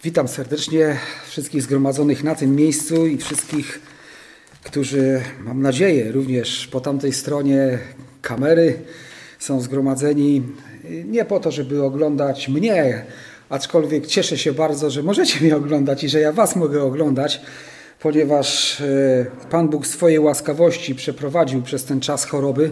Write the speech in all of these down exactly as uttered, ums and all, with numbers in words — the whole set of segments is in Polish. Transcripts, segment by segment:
Witam serdecznie wszystkich zgromadzonych na tym miejscu i wszystkich, którzy, mam nadzieję, również po tamtej stronie kamery są zgromadzeni nie po to, żeby oglądać mnie, aczkolwiek cieszę się bardzo, że możecie mnie oglądać i że ja was mogę oglądać, ponieważ Pan Bóg swojej łaskawości przeprowadził przez ten czas choroby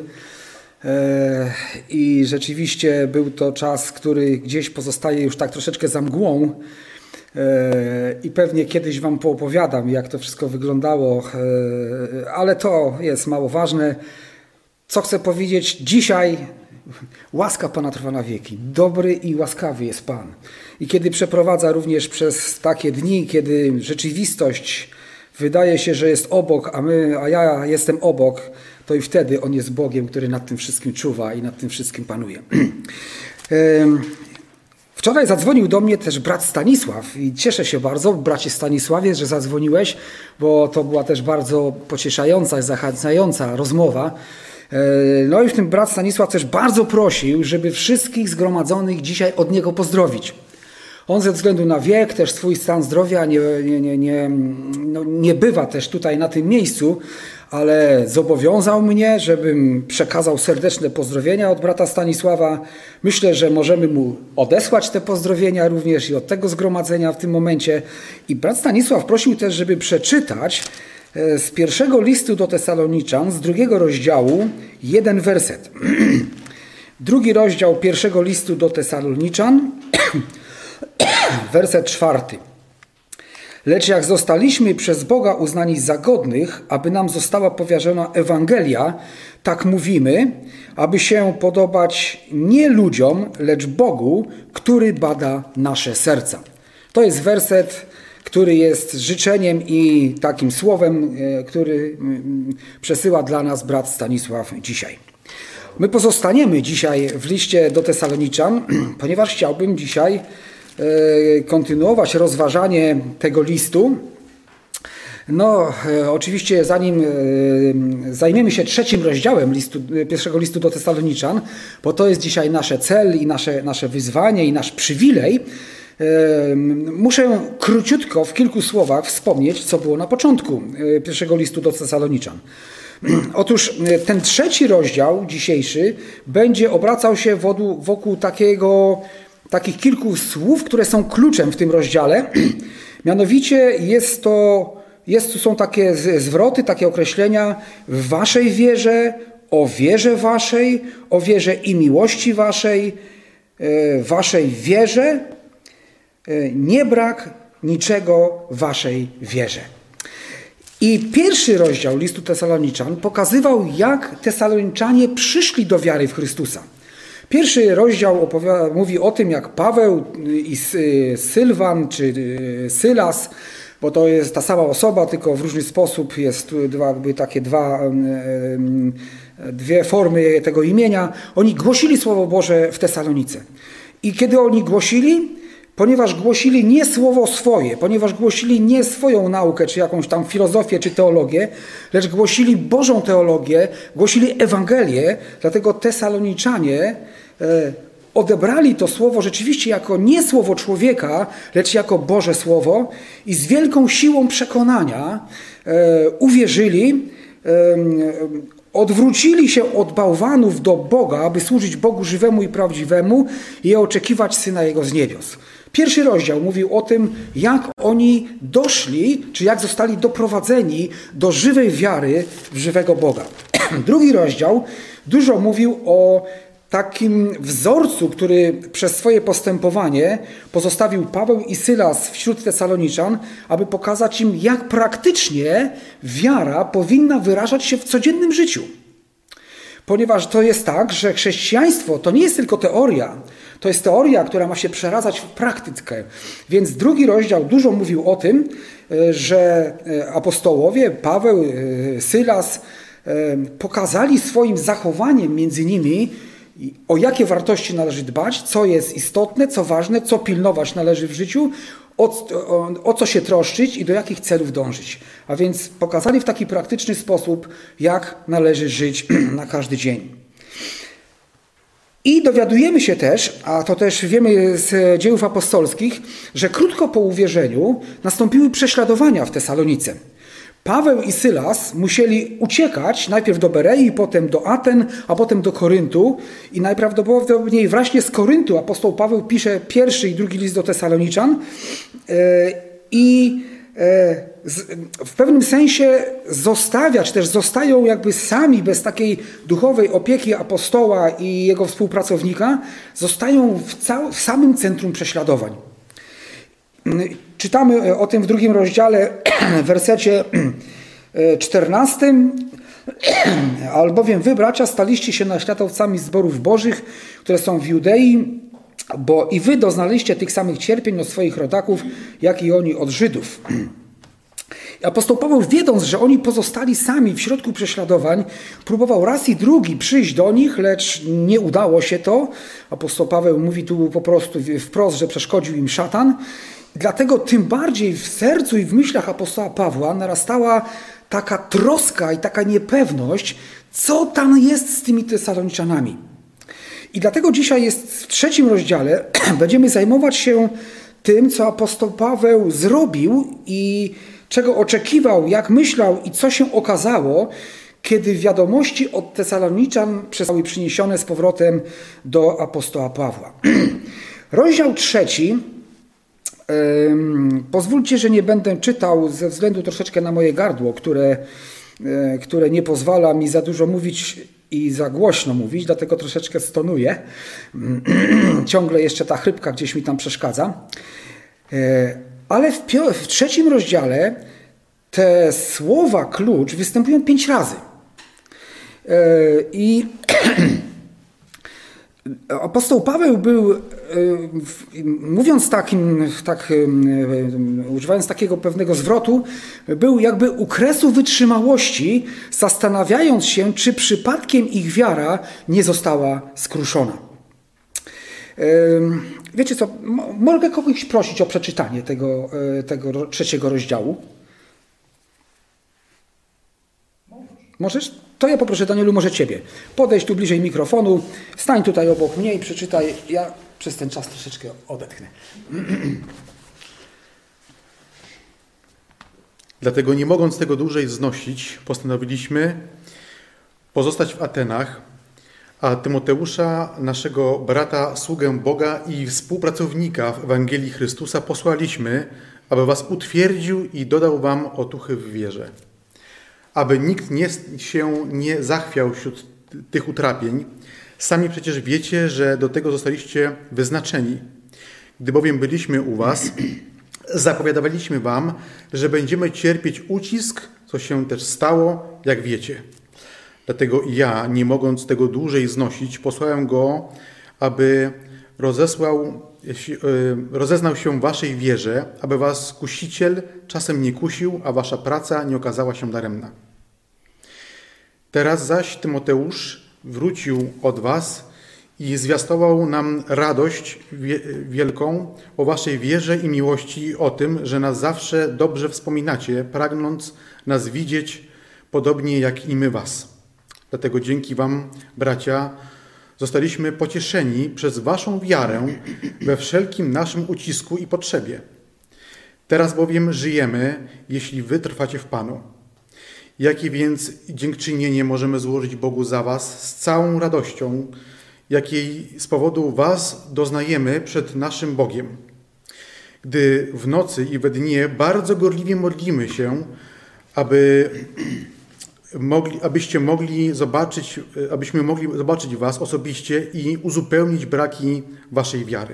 i rzeczywiście był to czas, który gdzieś pozostaje już tak troszeczkę za mgłą. I pewnie kiedyś wam poopowiadam, jak to wszystko wyglądało, ale to jest mało ważne. Co chcę powiedzieć dzisiaj? Łaska Pana trwa na wieki. Dobry i łaskawy jest Pan. I kiedy przeprowadza również przez takie dni, kiedy rzeczywistość wydaje się, że jest obok, a, my, a ja jestem obok, to i wtedy On jest Bogiem, który nad tym wszystkim czuwa i nad tym wszystkim panuje. Wczoraj zadzwonił do mnie też brat Stanisław i cieszę się bardzo, bracie Stanisławie, że zadzwoniłeś, bo to była też bardzo pocieszająca i zachęcająca rozmowa. No i w tym brat Stanisław też bardzo prosił, żeby wszystkich zgromadzonych dzisiaj od niego pozdrowić. On ze względu na wiek, też swój stan zdrowia nie, nie, nie, nie, no nie bywa też tutaj na tym miejscu, ale zobowiązał mnie, żebym przekazał serdeczne pozdrowienia od brata Stanisława. Myślę, że możemy mu odesłać te pozdrowienia również i od tego zgromadzenia w tym momencie. I brat Stanisław prosił też, żeby przeczytać z pierwszego listu do Tesaloniczan, z drugiego rozdziału, jeden werset. Drugi rozdział pierwszego listu do Tesaloniczan, werset czwarty. Lecz jak zostaliśmy przez Boga uznani za godnych, aby nam została powierzona Ewangelia, tak mówimy, aby się podobać nie ludziom, lecz Bogu, który bada nasze serca. To jest werset, który jest życzeniem i takim słowem, który przesyła dla nas brat Stanisław dzisiaj. My pozostaniemy dzisiaj w liście do Tesaloniczan, ponieważ chciałbym dzisiaj kontynuować rozważanie tego listu. No, oczywiście zanim zajmiemy się trzecim rozdziałem listu, pierwszego listu do Tesaloniczan, bo to jest dzisiaj nasze cel i nasze, nasze wyzwanie i nasz przywilej, muszę króciutko w kilku słowach wspomnieć, co było na początku pierwszego listu do Tesaloniczan. Otóż ten trzeci rozdział dzisiejszy będzie obracał się wokół, wokół takiego takich kilku słów, które są kluczem w tym rozdziale. Mianowicie jest to, jest, są takie zwroty, takie określenia w waszej wierze, o wierze waszej, o wierze i miłości waszej, waszej wierze, nie brak niczego waszej wierze. I pierwszy rozdział listu Tesaloniczan pokazywał, jak Tesaloniczanie przyszli do wiary w Chrystusa. Pierwszy rozdział opowiada, mówi o tym, jak Paweł i Sylwan, czy Sylas, bo to jest ta sama osoba, tylko w różny sposób jest dwa, jakby takie dwa, dwie formy tego imienia. Oni głosili Słowo Boże w Tesalonice. I kiedy oni głosili, ponieważ głosili nie słowo swoje, ponieważ głosili nie swoją naukę, czy jakąś tam filozofię, czy teologię, lecz głosili Bożą teologię, głosili Ewangelię, dlatego Tesaloniczanie odebrali to słowo rzeczywiście jako nie słowo człowieka, lecz jako Boże Słowo i z wielką siłą przekonania uwierzyli, odwrócili się od bałwanów do Boga, aby służyć Bogu żywemu i prawdziwemu i oczekiwać Syna Jego z niebios. Pierwszy rozdział mówił o tym, jak oni doszli, czy jak zostali doprowadzeni do żywej wiary w żywego Boga. Drugi rozdział dużo mówił o takim wzorcu, który przez swoje postępowanie pozostawił Paweł i Sylas wśród Tesaloniczan, aby pokazać im, jak praktycznie wiara powinna wyrażać się w codziennym życiu. Ponieważ to jest tak, że chrześcijaństwo to nie jest tylko teoria, to jest teoria, która ma się przeradzać w praktykę. Więc drugi rozdział dużo mówił o tym, że apostołowie, Paweł, Sylas pokazali swoim zachowaniem między nimi, o jakie wartości należy dbać, co jest istotne, co ważne, co pilnować należy w życiu, o, o, o co się troszczyć i do jakich celów dążyć. A więc pokazali w taki praktyczny sposób, jak należy żyć na każdy dzień. I dowiadujemy się też, a to też wiemy z Dziejów Apostolskich, że krótko po uwierzeniu nastąpiły prześladowania w Tesalonice. Paweł i Sylas musieli uciekać najpierw do Berei, potem do Aten, a potem do Koryntu. I najprawdopodobniej właśnie z Koryntu apostoł Paweł pisze pierwszy i drugi list do Tesaloniczan. I w pewnym sensie zostawia, czy też zostają jakby sami bez takiej duchowej opieki apostoła i jego współpracownika, zostają w, cał- w samym centrum prześladowań. Czytamy o tym w drugim rozdziale, w wersecie czternastym. Albowiem wy, bracia, staliście się naśladowcami zborów bożych, które są w Judei, bo i wy doznaliście tych samych cierpień od swoich rodaków, jak i oni od Żydów. Apostoł Paweł, wiedząc, że oni pozostali sami w środku prześladowań, próbował raz i drugi przyjść do nich, lecz nie udało się to. Apostoł Paweł mówi tu po prostu wprost, że przeszkodził im szatan. Dlatego tym bardziej w sercu i w myślach apostoła Pawła narastała taka troska i taka niepewność, co tam jest z tymi Tesaloniczanami. I dlatego dzisiaj jest w trzecim rozdziale, będziemy zajmować się tym, co apostoł Paweł zrobił i czego oczekiwał, jak myślał i co się okazało, kiedy wiadomości od Tesaloniczan zostały przyniesione z powrotem do apostoła Pawła. Rozdział trzeci. Pozwólcie, że nie będę czytał ze względu troszeczkę na moje gardło, które, które nie pozwala mi za dużo mówić i za głośno mówić, dlatego troszeczkę stonuję. Ciągle jeszcze ta chrypka gdzieś mi tam przeszkadza. Ale w, pio- w trzecim rozdziale te słowa klucz występują pięć razy. I apostoł Paweł był, mówiąc takim, tak, używając takiego pewnego zwrotu, był jakby u kresu wytrzymałości, zastanawiając się, czy przypadkiem ich wiara nie została skruszona. Wiecie co, mogę kogoś prosić o przeczytanie tego, tego trzeciego rozdziału? Możesz? To ja poproszę, Danielu, może ciebie. Podejdź tu bliżej mikrofonu, stań tutaj obok mnie i przeczytaj. Ja przez ten czas troszeczkę odetchnę. Dlatego, nie mogąc tego dłużej znosić, postanowiliśmy pozostać w Atenach, a Tymoteusza, naszego brata, sługę Boga i współpracownika w Ewangelii Chrystusa, posłaliśmy, aby was utwierdził i dodał wam otuchy w wierze. Aby nikt nie, się nie zachwiał wśród tych utrapień. Sami przecież wiecie, że do tego zostaliście wyznaczeni. Gdy bowiem byliśmy u was, zapowiadaliśmy wam, że będziemy cierpieć ucisk, co się też stało, jak wiecie. Dlatego i ja, nie mogąc tego dłużej znosić, posłałem go, aby rozesłał, rozeznał się w waszej wierze, aby was kusiciel czasem nie kusił, a wasza praca nie okazała się daremna. Teraz zaś Tymoteusz wrócił od was i zwiastował nam radość wielką o waszej wierze i miłości i o tym, że nas zawsze dobrze wspominacie, pragnąc nas widzieć podobnie jak i my was. Dlatego dzięki wam, bracia, zostaliśmy pocieszeni przez waszą wiarę we wszelkim naszym ucisku i potrzebie. Teraz bowiem żyjemy, jeśli wy trwacie w Panu. Jakie więc dziękczynienie możemy złożyć Bogu za was z całą radością, jakiej z powodu was doznajemy przed naszym Bogiem. Gdy w nocy i we dnie bardzo gorliwie modlimy się, aby mogli, abyście mogli zobaczyć, abyśmy mogli zobaczyć was osobiście i uzupełnić braki waszej wiary.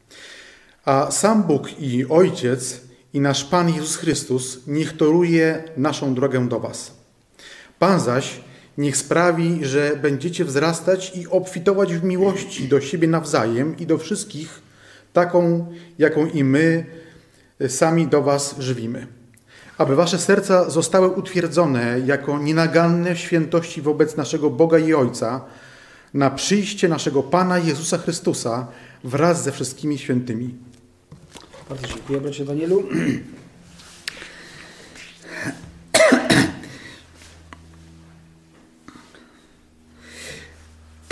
A sam Bóg i Ojciec i nasz Pan Jezus Chrystus niech toruje naszą drogę do was. Pan zaś niech sprawi, że będziecie wzrastać i obfitować w miłości do siebie nawzajem i do wszystkich, taką, jaką i my sami do was żywimy. Aby wasze serca zostały utwierdzone jako nienaganne w świętości wobec naszego Boga i Ojca na przyjście naszego Pana Jezusa Chrystusa wraz ze wszystkimi świętymi. Bardzo dziękuję, bracie Danielu.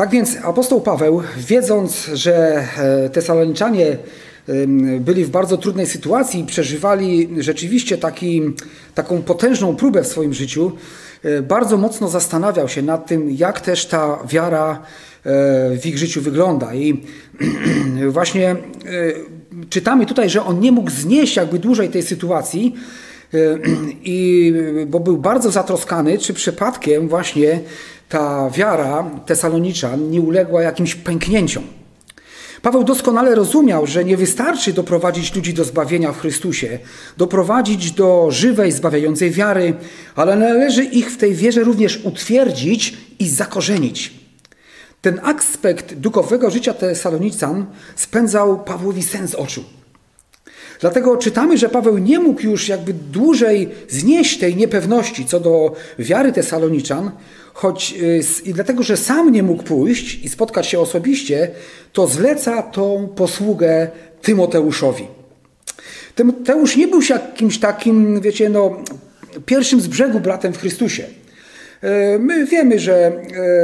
Tak więc apostoł Paweł, wiedząc, że Tesaloniczanie byli w bardzo trudnej sytuacji i przeżywali rzeczywiście taki, taką potężną próbę w swoim życiu, bardzo mocno zastanawiał się nad tym, jak też ta wiara w ich życiu wygląda. I właśnie czytamy tutaj, że on nie mógł znieść jakby dłużej tej sytuacji, i, bo był bardzo zatroskany, czy przypadkiem właśnie ta wiara Tesaloniczan nie uległa jakimś pęknięciom. Paweł doskonale rozumiał, że nie wystarczy doprowadzić ludzi do zbawienia w Chrystusie, doprowadzić do żywej, zbawiającej wiary, ale należy ich w tej wierze również utwierdzić i zakorzenić. Ten aspekt duchowego życia Tesaloniczan spędzał Pawłowi sen z oczu. Dlatego czytamy, że Paweł nie mógł już jakby dłużej znieść tej niepewności co do wiary Tesaloniczan, choć i dlatego, że sam nie mógł pójść i spotkać się osobiście, to zleca tą posługę Tymoteuszowi. Tymoteusz nie był jakimś takim, wiecie, no, pierwszym z brzegu bratem w Chrystusie. My wiemy, że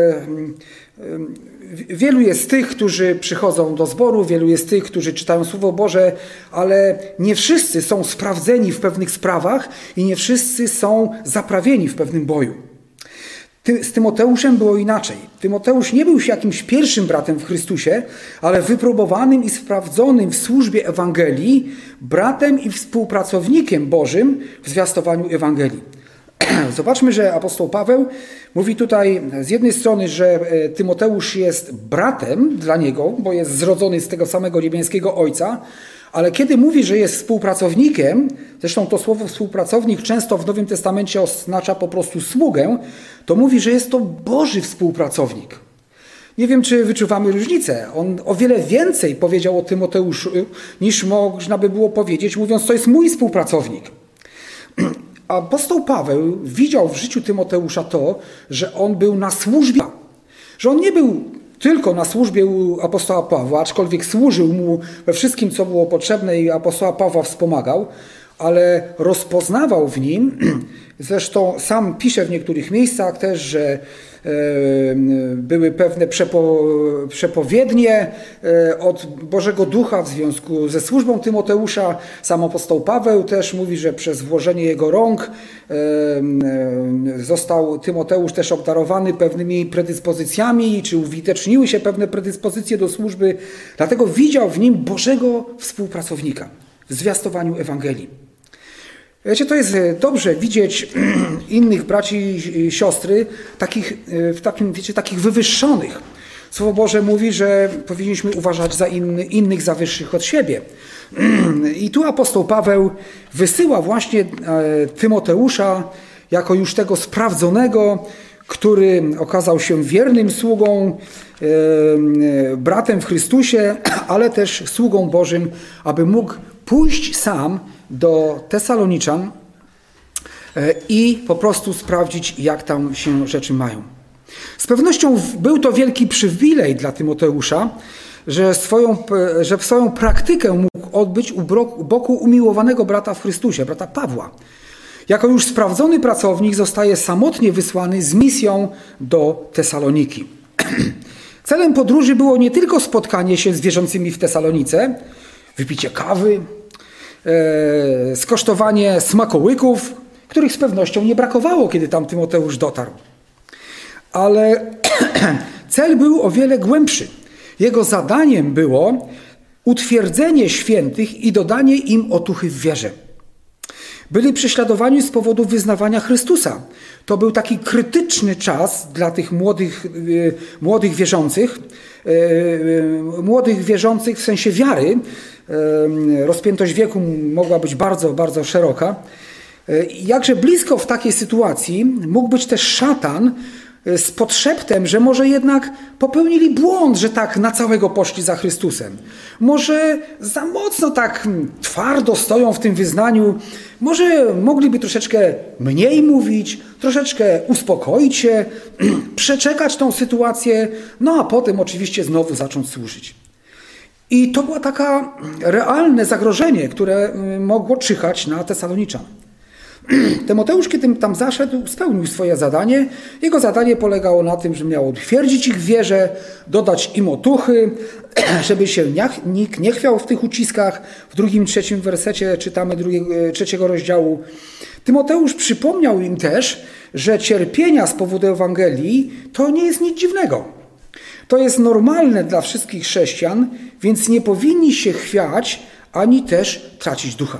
wielu jest tych, którzy przychodzą do zboru, wielu jest tych, którzy czytają Słowo Boże, ale nie wszyscy są sprawdzeni w pewnych sprawach i nie wszyscy są zaprawieni w pewnym boju. Z Tymoteuszem było inaczej. Tymoteusz nie był jakimś pierwszym bratem w Chrystusie, ale wypróbowanym i sprawdzonym w służbie Ewangelii, bratem i współpracownikiem Bożym w zwiastowaniu Ewangelii. Zobaczmy, że apostoł Paweł mówi tutaj z jednej strony, że Tymoteusz jest bratem dla niego, bo jest zrodzony z tego samego niebieskiego Ojca, ale kiedy mówi, że jest współpracownikiem, zresztą to słowo współpracownik często w Nowym Testamencie oznacza po prostu sługę, to mówi, że jest to Boży współpracownik. Nie wiem, czy wyczuwamy różnicę. On o wiele więcej powiedział o Tymoteuszu, niż można by było powiedzieć, mówiąc, to jest mój współpracownik. Apostoł Paweł widział w życiu Tymoteusza to, że on był na służbie, że on nie był tylko na służbie u apostoła Pawła, aczkolwiek służył mu we wszystkim, co było potrzebne i apostoła Pawła wspomagał, ale rozpoznawał w nim, zresztą sam pisze w niektórych miejscach też, że były pewne przepo, przepowiednie od Bożego Ducha w związku ze służbą Tymoteusza. Sam apostoł Paweł też mówi, że przez włożenie jego rąk został Tymoteusz też obdarowany pewnymi predyspozycjami, czy uwidoczniły się pewne predyspozycje do służby. Dlatego widział w nim Bożego współpracownika w zwiastowaniu Ewangelii. Wiecie, to jest dobrze widzieć innych braci i siostry takich, w takim, wiecie, takich wywyższonych. Słowo Boże mówi, że powinniśmy uważać za inny, innych za wyższych od siebie. I tu apostoł Paweł wysyła właśnie Tymoteusza jako już tego sprawdzonego, który okazał się wiernym sługą, bratem w Chrystusie, ale też sługą Bożym, aby mógł pójść sam do Tesaloniczan i po prostu sprawdzić, jak tam się rzeczy mają. Z pewnością był to wielki przywilej dla Tymoteusza, że, swoją, że w swoją praktykę mógł odbyć u boku umiłowanego brata w Chrystusie, brata Pawła. Jako już sprawdzony pracownik zostaje samotnie wysłany z misją do Tesaloniki. Celem podróży było nie tylko spotkanie się z wierzącymi w Tesalonice, wypicie kawy, e, skosztowanie smakołyków, których z pewnością nie brakowało, kiedy tam Tymoteusz dotarł. Ale cel był o wiele głębszy. Jego zadaniem było utwierdzenie świętych i dodanie im otuchy w wierze. Byli prześladowani z powodu wyznawania Chrystusa. To był taki krytyczny czas dla tych młodych, yy, młodych wierzących, yy, młodych wierzących w sensie wiary. Yy, rozpiętość wieku mogła być bardzo, bardzo szeroka. Yy, jakże blisko w takiej sytuacji mógł być też szatan z podszeptem, że może jednak popełnili błąd, że tak na całego poszli za Chrystusem. Może za mocno tak twardo stoją w tym wyznaniu. Może mogliby troszeczkę mniej mówić, troszeczkę uspokoić się, przeczekać tą sytuację, no a potem oczywiście znowu zacząć służyć. I to było takie realne zagrożenie, które mogło czyhać na Tesaloniczan. Tymoteusz, kiedy tam zaszedł, spełnił swoje zadanie. Jego zadanie polegało na tym, że miał utwierdzić ich w wierze, dodać im otuchy, żeby się nikt nie chwiał w tych uciskach. W drugim, trzecim wersecie czytamy drugiego, trzeciego rozdziału. Tymoteusz przypomniał im też, że cierpienia z powodu Ewangelii to nie jest nic dziwnego. To jest normalne dla wszystkich chrześcijan, więc nie powinni się chwiać, ani też tracić ducha.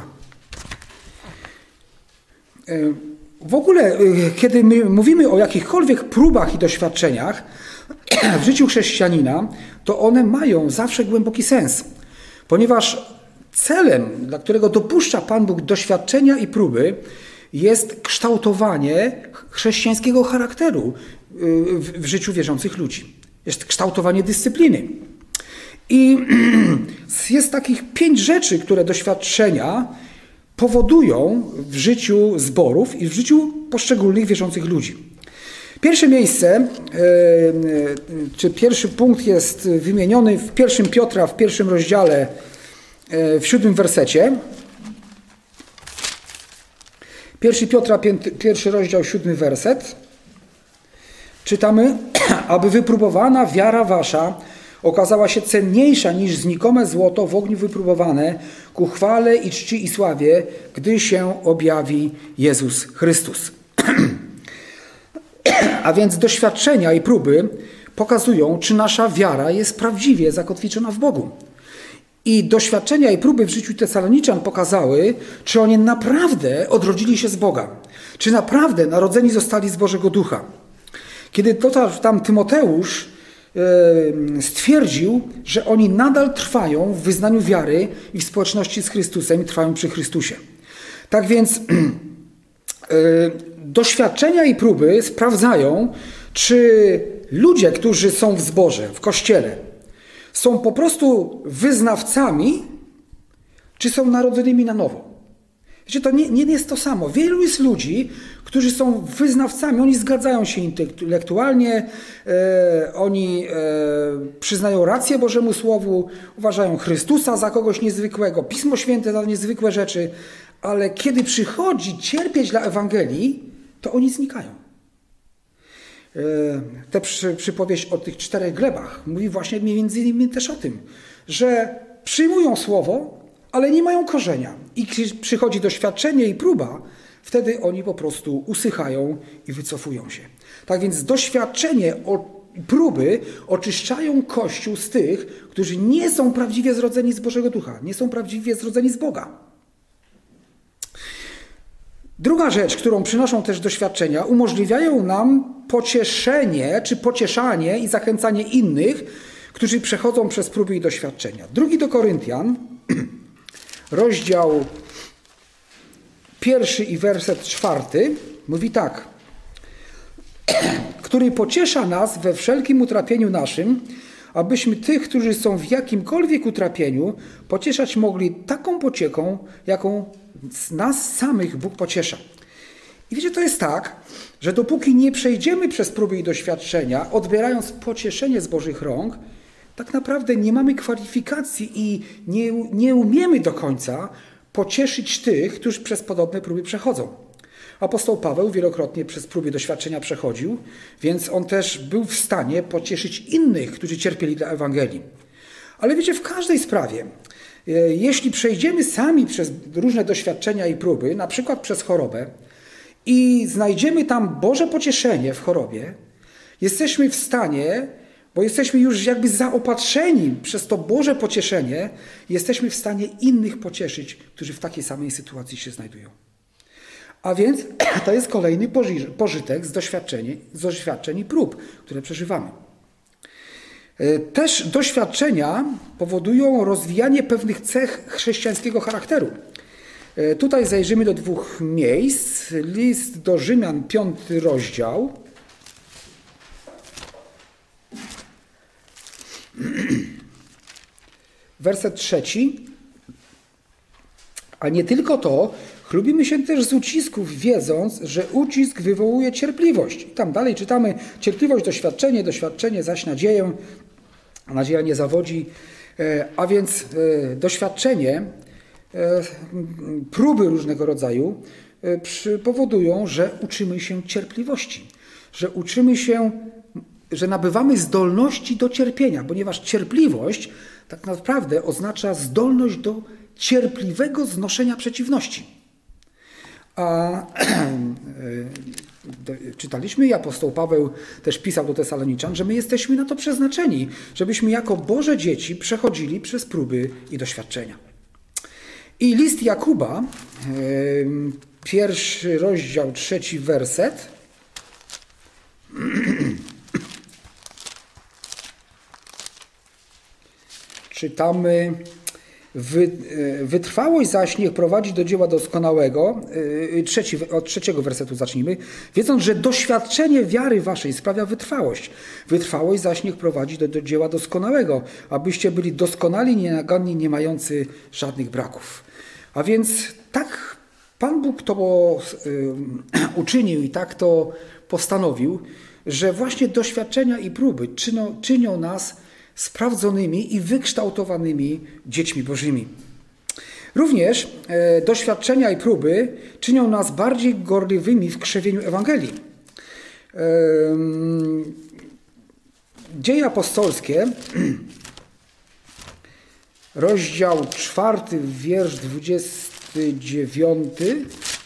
W ogóle, kiedy my mówimy o jakichkolwiek próbach i doświadczeniach w życiu chrześcijanina, to one mają zawsze głęboki sens, ponieważ celem, dla którego dopuszcza Pan Bóg doświadczenia i próby, jest kształtowanie chrześcijańskiego charakteru w życiu wierzących ludzi. Jest kształtowanie dyscypliny. I jest takich pięć rzeczy, które doświadczenia powodują w życiu zborów i w życiu poszczególnych wierzących ludzi. Pierwsze miejsce, czy pierwszy punkt jest wymieniony w pierwszym Piotra, w pierwszym rozdziale, w siódmym wersecie. Pierwszy Piotra, pierwszy rozdział, siódmy werset. Czytamy, aby wypróbowana wiara wasza okazała się cenniejsza niż znikome złoto w ogniu wypróbowane ku chwale i czci i sławie, gdy się objawi Jezus Chrystus. A więc doświadczenia i próby pokazują, czy nasza wiara jest prawdziwie zakotwiczona w Bogu. I doświadczenia i próby w życiu Tesaloniczan pokazały, czy oni naprawdę odrodzili się z Boga. Czy naprawdę narodzeni zostali z Bożego Ducha. Kiedy dotarł tam Tymoteusz, stwierdził, że oni nadal trwają w wyznaniu wiary i w społeczności z Chrystusem i trwają przy Chrystusie. Tak więc doświadczenia i próby sprawdzają, czy ludzie, którzy są w zborze, w kościele, są po prostu wyznawcami, czy są narodzonymi na nowo. Wiecie, to nie, nie jest to samo. Wielu jest ludzi, którzy są wyznawcami, oni zgadzają się intelektualnie, e, oni e, przyznają rację Bożemu Słowu, uważają Chrystusa za kogoś niezwykłego, Pismo Święte za niezwykłe rzeczy, ale kiedy przychodzi cierpieć dla Ewangelii, to oni znikają. E, te przy, przypowieść o tych czterech glebach mówi właśnie między innymi też o tym, że przyjmują Słowo, ale nie mają korzenia. I kiedy przychodzi doświadczenie i próba, wtedy oni po prostu usychają i wycofują się. Tak więc doświadczenie i próby oczyszczają Kościół z tych, którzy nie są prawdziwie zrodzeni z Bożego Ducha, nie są prawdziwie zrodzeni z Boga. Druga rzecz, którą przynoszą też doświadczenia, umożliwiają nam pocieszenie, czy pocieszanie i zachęcanie innych, którzy przechodzą przez próby i doświadczenia. Drugi do Koryntian, rozdział pierwszy i werset czwarty, mówi tak. Który pociesza nas we wszelkim utrapieniu naszym, abyśmy tych, którzy są w jakimkolwiek utrapieniu, pocieszać mogli taką pocieką, jaką nas samych Bóg pociesza. I wiecie, to jest tak, że dopóki nie przejdziemy przez próby i doświadczenia, odbierając pocieszenie z Bożych rąk, tak naprawdę nie mamy kwalifikacji i nie, nie umiemy do końca pocieszyć tych, którzy przez podobne próby przechodzą. Apostoł Paweł wielokrotnie przez próby doświadczenia przechodził, więc on też był w stanie pocieszyć innych, którzy cierpieli dla Ewangelii. Ale wiecie, w każdej sprawie, jeśli przejdziemy sami przez różne doświadczenia i próby, na przykład przez chorobę, i znajdziemy tam Boże pocieszenie w chorobie, jesteśmy w stanie, bo jesteśmy już jakby zaopatrzeni przez to Boże pocieszenie, jesteśmy w stanie innych pocieszyć, którzy w takiej samej sytuacji się znajdują. A więc to jest kolejny pożytek z doświadczeń, z doświadczeń i prób, które przeżywamy. Też doświadczenia powodują rozwijanie pewnych cech chrześcijańskiego charakteru. Tutaj zajrzymy do dwóch miejsc. List do Rzymian, piąty rozdział. Werset trzeci. A nie tylko to, chlubimy się też z ucisków, wiedząc, że ucisk wywołuje cierpliwość. I tam dalej czytamy cierpliwość, doświadczenie, doświadczenie zaś nadzieję. Nadzieja nie zawodzi. A więc doświadczenie, próby różnego rodzaju powodują, że uczymy się cierpliwości, że uczymy się, że nabywamy zdolności do cierpienia, ponieważ cierpliwość tak naprawdę oznacza zdolność do cierpliwego znoszenia przeciwności. A czytaliśmy i apostoł Paweł też pisał do Tesaloniczan, że my jesteśmy na to przeznaczeni, żebyśmy jako Boże dzieci przechodzili przez próby i doświadczenia. I list Jakuba, pierwszy rozdział, trzeci werset. Czytamy: Wytrwałość zaś niech prowadzi do dzieła doskonałego. Trzeci, od trzeciego wersetu zacznijmy. Wiedząc, że doświadczenie wiary waszej sprawia wytrwałość. Wytrwałość zaś niech prowadzi do, do dzieła doskonałego, abyście byli doskonali, nienaganni, nie mający żadnych braków. A więc tak Pan Bóg to uczynił i tak to postanowił, że właśnie doświadczenia i próby czynią, czynią nas sprawdzonymi i wykształtowanymi dziećmi Bożymi. Również e, doświadczenia i próby czynią nas bardziej gorliwymi w krzewieniu Ewangelii. E, Dzieje apostolskie, rozdział czwarty, wiersz dwudziesty dziewiąty.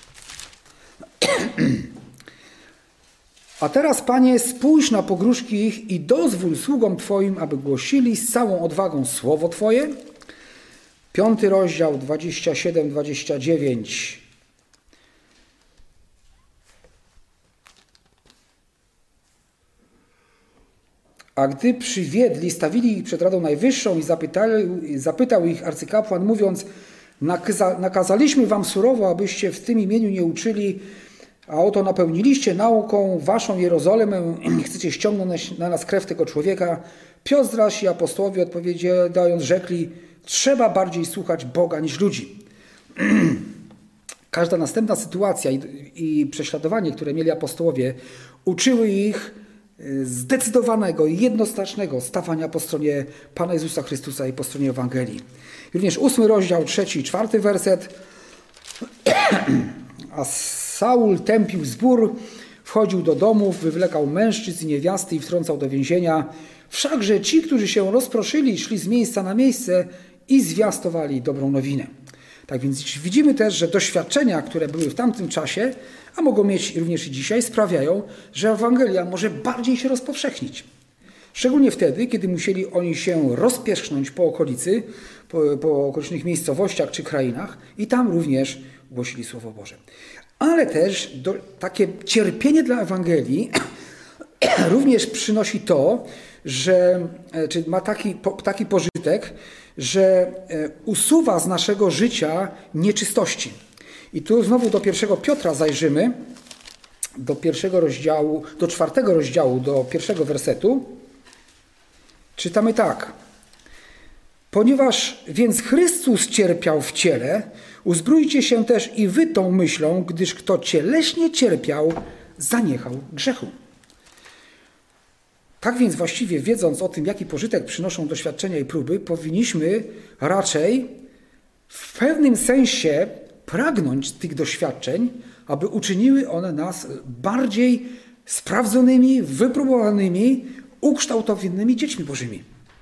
A teraz, Panie, spójrz na pogróżki ich i dozwól sługom Twoim, aby głosili z całą odwagą słowo Twoje. Piąty rozdział, dwadzieścia siedem dwadzieścia dziewięć. A gdy przywiedli, stawili ich przed Radą Najwyższą i zapytali, zapytał ich arcykapłan, mówiąc: Nakaza, nakazaliśmy wam surowo, abyście w tym imieniu nie uczyli, a oto napełniliście nauką waszą Jerozolimę, chcecie ściągnąć na nas krew tego człowieka. Piotr zaś i apostołowie odpowiadając rzekli: trzeba bardziej słuchać Boga niż ludzi. Każda następna sytuacja i, i prześladowanie, które mieli apostołowie, uczyły ich zdecydowanego i jednoznacznego stawania po stronie Pana Jezusa Chrystusa i po stronie Ewangelii. I również ósmy rozdział, trzeci i czwarty werset. A Saul tępił zbór, wchodził do domów, wywlekał mężczyzn i niewiasty i wtrącał do więzienia. Wszakże ci, którzy się rozproszyli, szli z miejsca na miejsce i zwiastowali dobrą nowinę. Tak więc widzimy też, że doświadczenia, które były w tamtym czasie, a mogą mieć również i dzisiaj, sprawiają, że Ewangelia może bardziej się rozpowszechnić. Szczególnie wtedy, kiedy musieli oni się rozpierzchnąć po okolicy, po, po okolicznych miejscowościach czy krainach i tam również głosili Słowo Boże. Ale też do, takie cierpienie dla Ewangelii również przynosi to, że czy ma taki, taki pożytek, że usuwa z naszego życia nieczystości. I tu znowu do pierwszego Piotra zajrzymy, do pierwszego rozdziału, do czwartego rozdziału, do pierwszego wersetu. Czytamy tak. Ponieważ więc Chrystus cierpiał w ciele, uzbrójcie się też i wy tą myślą, gdyż kto cieleśnie cierpiał, zaniechał grzechu. Tak więc właściwie wiedząc o tym, jaki pożytek przynoszą doświadczenia i próby, powinniśmy raczej w pewnym sensie pragnąć tych doświadczeń, aby uczyniły one nas bardziej sprawdzonymi, wypróbowanymi, ukształtowanymi dziećmi Bożymi.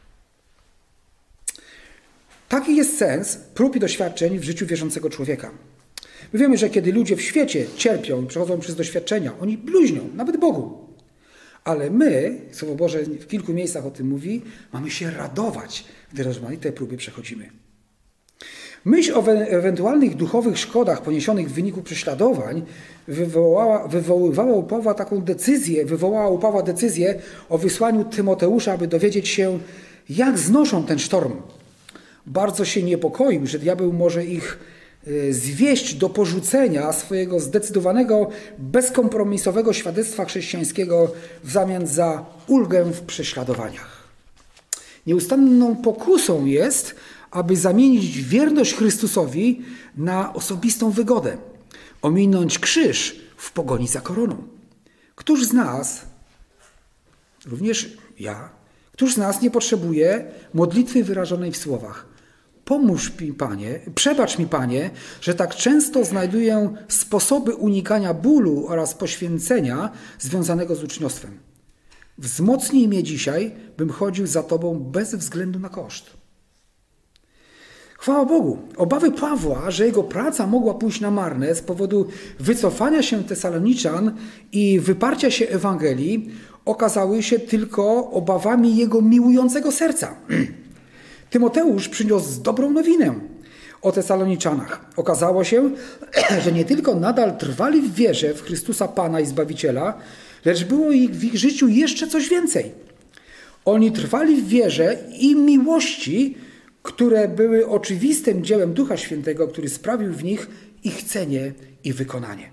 Taki jest sens prób i doświadczeń w życiu wierzącego człowieka. My wiemy, że kiedy ludzie w świecie cierpią i przechodzą przez doświadczenia, oni bluźnią, nawet Bogu. Ale my, Słowo Boże w kilku miejscach o tym mówi, mamy się radować, gdy rozmaite próby przechodzimy. Myśl o ewentualnych duchowych szkodach poniesionych w wyniku prześladowań wywołała, wywoływała u Pawła taką decyzję, wywołała u Pawła decyzję o wysłaniu Tymoteusza, aby dowiedzieć się, jak znoszą ten sztorm. Bardzo się niepokoił, że diabeł może ich zwieść do porzucenia swojego zdecydowanego, bezkompromisowego świadectwa chrześcijańskiego w zamian za ulgę w prześladowaniach. Nieustanną pokusą jest, aby zamienić wierność Chrystusowi na osobistą wygodę, ominąć krzyż w pogoni za koroną. Któż z nas, również ja, któż z nas nie potrzebuje modlitwy wyrażonej w słowach: pomóż mi, Panie, przebacz mi, Panie, że tak często znajduję sposoby unikania bólu oraz poświęcenia związanego z uczniostwem. Wzmocnij mnie dzisiaj, bym chodził za Tobą bez względu na koszt. Chwała Bogu, obawy Pawła, że jego praca mogła pójść na marne z powodu wycofania się Tesaloniczan i wyparcia się Ewangelii, okazały się tylko obawami jego miłującego serca. Tymoteusz przyniósł dobrą nowinę o Tesaloniczanach. Okazało się, że nie tylko nadal trwali w wierze w Chrystusa Pana i Zbawiciela, lecz było ich w ich życiu jeszcze coś więcej. Oni trwali w wierze i miłości, które były oczywistym dziełem Ducha Świętego, który sprawił w nich ich chcenie i wykonanie.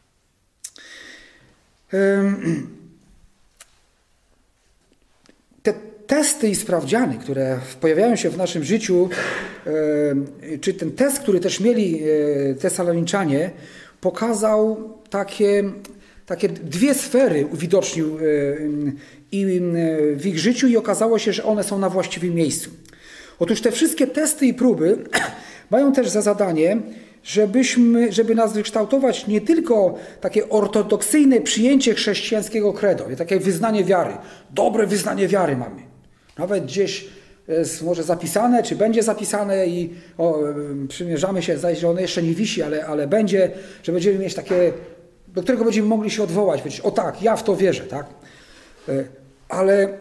Te testy i sprawdziany, które pojawiają się w naszym życiu, czy ten test, który też mieli Tesaloniczanie, pokazał takie, takie dwie sfery, uwidocznił i w ich życiu i okazało się, że one są na właściwym miejscu. Otóż te wszystkie testy i próby mają też za zadanie, żebyśmy, żeby nas wykształtować nie tylko takie ortodoksyjne przyjęcie chrześcijańskiego credo, takie wyznanie wiary, dobre wyznanie wiary mamy. Nawet gdzieś jest może zapisane, czy będzie zapisane i o, przymierzamy się, zdaje się, że ono jeszcze nie wisi, ale, ale będzie, że będziemy mieć takie, do którego będziemy mogli się odwołać, powiedzieć, o tak, ja w to wierzę, tak? Ale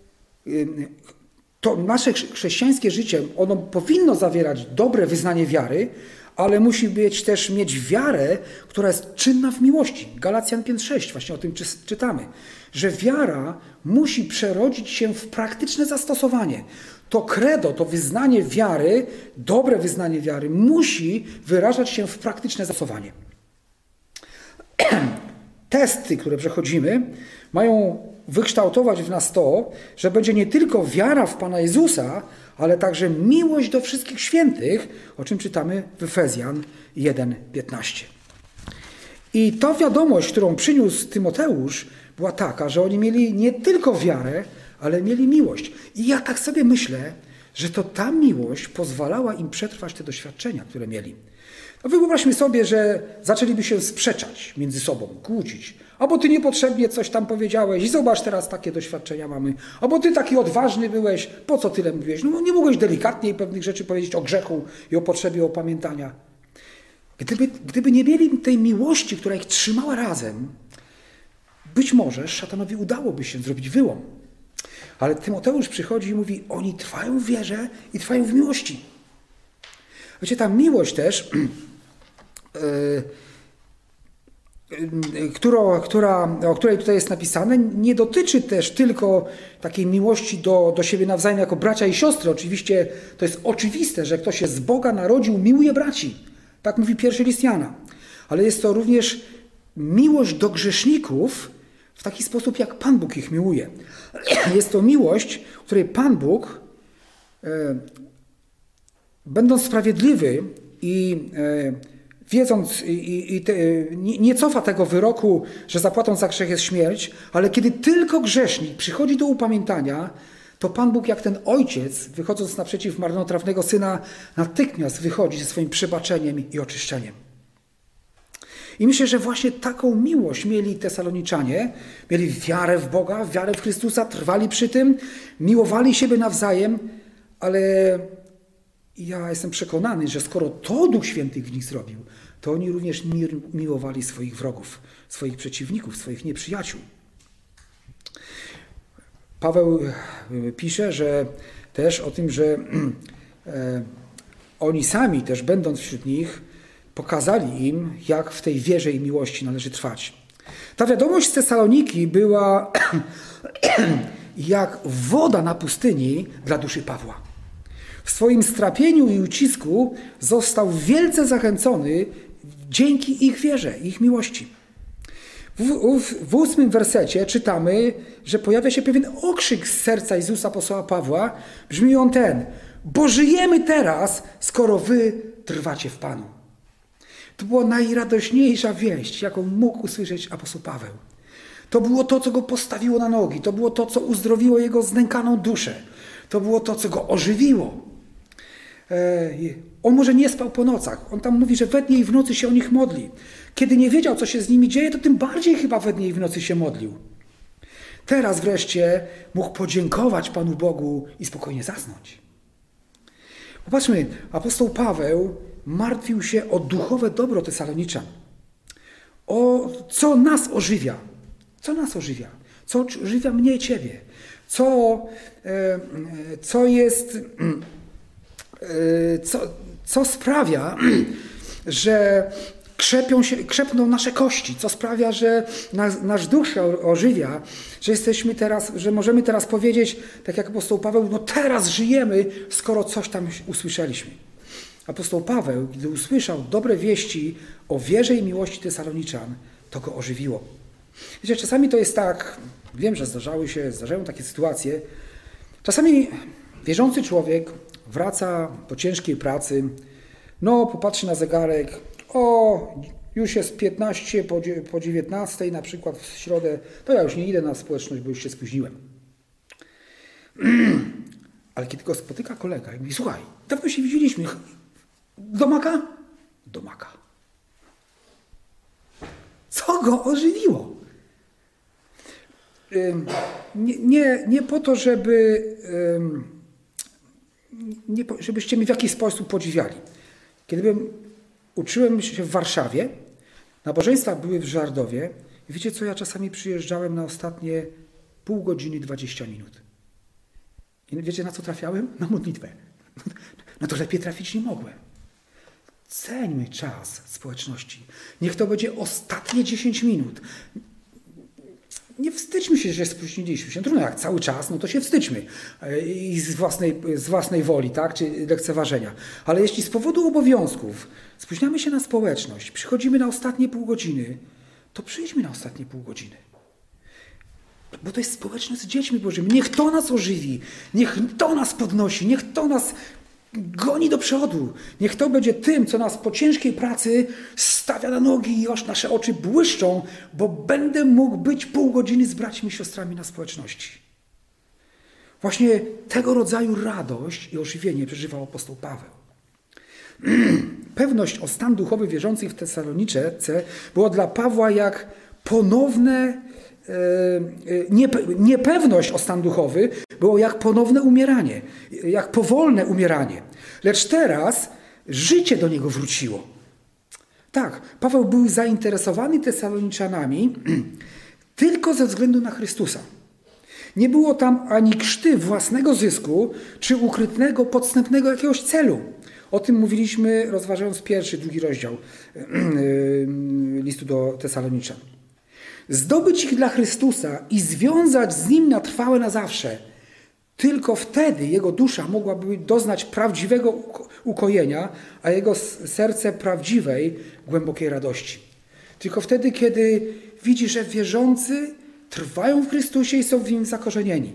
to nasze chrześcijańskie życie, ono powinno zawierać dobre wyznanie wiary, ale musi być też mieć wiarę, która jest czynna w miłości. Galacjan pięć sześć, właśnie o tym czytamy. Że wiara musi przerodzić się w praktyczne zastosowanie. To credo, to wyznanie wiary, dobre wyznanie wiary musi wyrażać się w praktyczne zastosowanie. Testy, które przechodzimy, mają wykształtować w nas to, że będzie nie tylko wiara w Pana Jezusa, ale także miłość do wszystkich świętych, o czym czytamy w Efezjan jeden piętnaście. I ta wiadomość, którą przyniósł Tymoteusz, była taka, że oni mieli nie tylko wiarę, ale mieli miłość. I ja tak sobie myślę, że to ta miłość pozwalała im przetrwać te doświadczenia, które mieli. No wyobraźmy sobie, że zaczęliby się sprzeczać między sobą, kłócić. Albo ty niepotrzebnie coś tam powiedziałeś i zobacz, teraz takie doświadczenia mamy. Albo ty taki odważny byłeś, po co tyle mówiłeś? No nie mogłeś delikatniej pewnych rzeczy powiedzieć o grzechu i o potrzebie opamiętania. Gdyby, gdyby nie mieli tej miłości, która ich trzymała razem, być może szatanowi udałoby się zrobić wyłom. Ale Tymoteusz przychodzi i mówi, oni trwają w wierze i trwają w miłości. Wiecie, ta miłość też, yy, która, która, o której tutaj jest napisane, nie dotyczy też tylko takiej miłości do, do siebie nawzajem jako bracia i siostry. Oczywiście to jest oczywiste, że kto się z Boga narodził, miłuje braci. Tak mówi pierwszy list Jana. Ale jest to również miłość do grzeszników w taki sposób, jak Pan Bóg ich miłuje. Jest to miłość, w której Pan Bóg, yy, będąc sprawiedliwy i e, wiedząc i, i te, nie, nie cofa tego wyroku, że zapłatą za grzech jest śmierć, ale kiedy tylko grzesznik przychodzi do upamiętania, to Pan Bóg jak ten ojciec, wychodząc naprzeciw marnotrawnego syna, natychmiast wychodzi ze swoim przebaczeniem i oczyszczeniem. I myślę, że właśnie taką miłość mieli Tesaloniczanie, mieli wiarę w Boga, wiarę w Chrystusa, trwali przy tym, miłowali siebie nawzajem, ale ja jestem przekonany, że skoro to Duch Święty w nich zrobił, to oni również miłowali swoich wrogów, swoich przeciwników, swoich nieprzyjaciół. Paweł pisze, że też o tym, że e, oni sami też będąc wśród nich, pokazali im, jak w tej wierze i miłości należy trwać. Ta wiadomość z Tesaloniki była jak woda na pustyni dla duszy Pawła. W swoim strapieniu i ucisku został wielce zachęcony dzięki ich wierze, ich miłości. W, w, w ósmym wersecie czytamy, że pojawia się pewien okrzyk z serca Jezusa apostoła Pawła. Brzmi on ten: bo żyjemy teraz, skoro wy trwacie w Panu. To była najradośniejsza wieść, jaką mógł usłyszeć apostoł Paweł. To było to, co go postawiło na nogi. To było to, co uzdrowiło jego znękaną duszę. To było to, co go ożywiło. On może nie spał po nocach. On tam mówi, że we dnie i w nocy się o nich modli. Kiedy nie wiedział, co się z nimi dzieje, to tym bardziej chyba we dnie i w nocy się modlił. Teraz wreszcie mógł podziękować Panu Bogu i spokojnie zasnąć. Popatrzmy, apostoł Paweł martwił się o duchowe dobro Tesaloniczan. O co nas ożywia. Co nas ożywia? Co ożywia mnie i ciebie? Co, co jest... Co, co sprawia, że krzepią się, krzepną nasze kości, co sprawia, że nas, nasz duch się ożywia, że jesteśmy teraz, że możemy teraz powiedzieć, tak jak apostoł Paweł, no teraz żyjemy, skoro coś tam usłyszeliśmy. Apostoł Paweł, gdy usłyszał dobre wieści o wierze i miłości Tesaloniczan, to go ożywiło. Wiecie, czasami to jest tak, wiem, że zdarzały się, zdarzają takie sytuacje, czasami wierzący człowiek wraca po ciężkiej pracy, no popatrzy na zegarek, o, już jest piętnaście po dziewiętnastej, na przykład w środę, to ja już nie idę na społeczność, bo już się spóźniłem. Ale kiedy go spotyka kolega i mówi, słuchaj, dawno się widzieliśmy, do maka? Do maka. Co go ożywiło? Nie, nie, nie po to, żeby... Nie, żebyście mnie w jakiś sposób podziwiali. Kiedy byłem, uczyłem się w Warszawie, nabożeństwa były w Żardowie i wiecie co, ja czasami przyjeżdżałem na ostatnie pół godziny, dwadzieścia minut. I wiecie na co trafiałem? Na modlitwę. Na to lepiej trafić nie mogłem. Ceńmy czas społeczności. Niech to będzie ostatnie dziesięć minut. Nie wstydźmy się, że spóźniliśmy się. Trudno, jak cały czas, no to się wstydźmy. I z własnej, z własnej woli, tak, czy lekceważenia. Ale jeśli z powodu obowiązków spóźniamy się na społeczność, przychodzimy na ostatnie pół godziny, to przyjdźmy na ostatnie pół godziny. Bo to jest społeczność z dziećmi Bożymi. Niech to nas ożywi. Niech to nas podnosi. Niech to nas goni do przodu. Niech to będzie tym, co nas po ciężkiej pracy stawia na nogi i aż nasze oczy błyszczą, bo będę mógł być pół godziny z braćmi i siostrami na społeczności. Właśnie tego rodzaju radość i ożywienie przeżywał apostoł Paweł. Pewność o stan duchowy wierzących w Tesalonice była dla Pawła jak ponowne, niepewność o stan duchowy było jak ponowne umieranie, jak powolne umieranie. Lecz teraz życie do niego wróciło. Tak, Paweł był zainteresowany Tesaloniczanami tylko ze względu na Chrystusa. Nie było tam ani krzty własnego zysku, czy ukrytego, podstępnego jakiegoś celu. O tym mówiliśmy, rozważając pierwszy, drugi rozdział listu do Tesaloniczan. Zdobyć ich dla Chrystusa i związać z Nim na trwałe na zawsze. Tylko wtedy jego dusza mogłaby doznać prawdziwego ukojenia, a jego serce prawdziwej, głębokiej radości. Tylko wtedy, kiedy widzi, że wierzący trwają w Chrystusie i są w Nim zakorzenieni.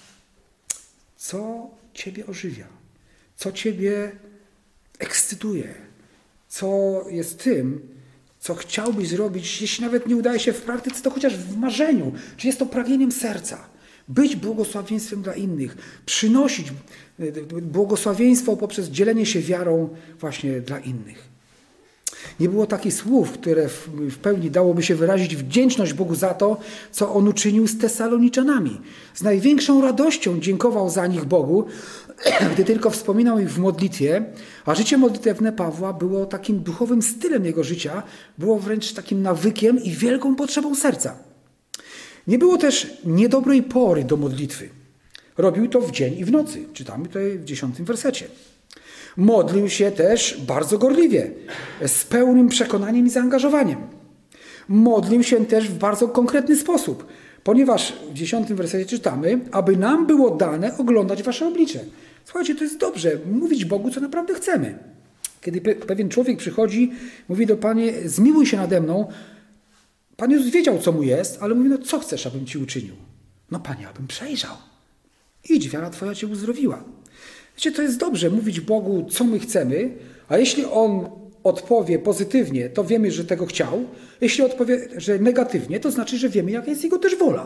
Co Ciebie ożywia? Co Ciebie ekscytuje? Co jest tym, co chciałbyś zrobić, jeśli nawet nie udaje się w praktyce, to chociaż w marzeniu. Czy jest to pragnieniem serca? Być błogosławieństwem dla innych. Przynosić błogosławieństwo poprzez dzielenie się wiarą właśnie dla innych. Nie było takich słów, które w pełni dałoby się wyrazić wdzięczność Bogu za to, co On uczynił z Tesaloniczanami. Z największą radością dziękował za nich Bogu, gdy tylko wspominał ich w modlitwie, a życie modlitewne Pawła było takim duchowym stylem jego życia, było wręcz takim nawykiem i wielką potrzebą serca. Nie było też niedobrej pory do modlitwy. Robił to w dzień i w nocy. Czytamy tutaj w dziesiątym wersecie. Modlił się też bardzo gorliwie, z pełnym przekonaniem i zaangażowaniem. Modlił się też w bardzo konkretny sposób, ponieważ w dziesiątym wersecie czytamy, aby nam było dane oglądać wasze oblicze. Słuchajcie, to jest dobrze, mówić Bogu, co naprawdę chcemy. Kiedy pe- pewien człowiek przychodzi, mówi do Panie, zmiłuj się nade mną, Pan już wiedział, co mu jest, ale mówi, no co chcesz, abym Ci uczynił? No Panie, abym przejrzał. Idź, wiara Twoja Cię uzdrowiła. Wiecie, to jest dobrze mówić Bogu, co my chcemy, a jeśli On odpowie pozytywnie, to wiemy, że tego chciał. Jeśli odpowie, że negatywnie, to znaczy, że wiemy, jaka jest Jego też wola.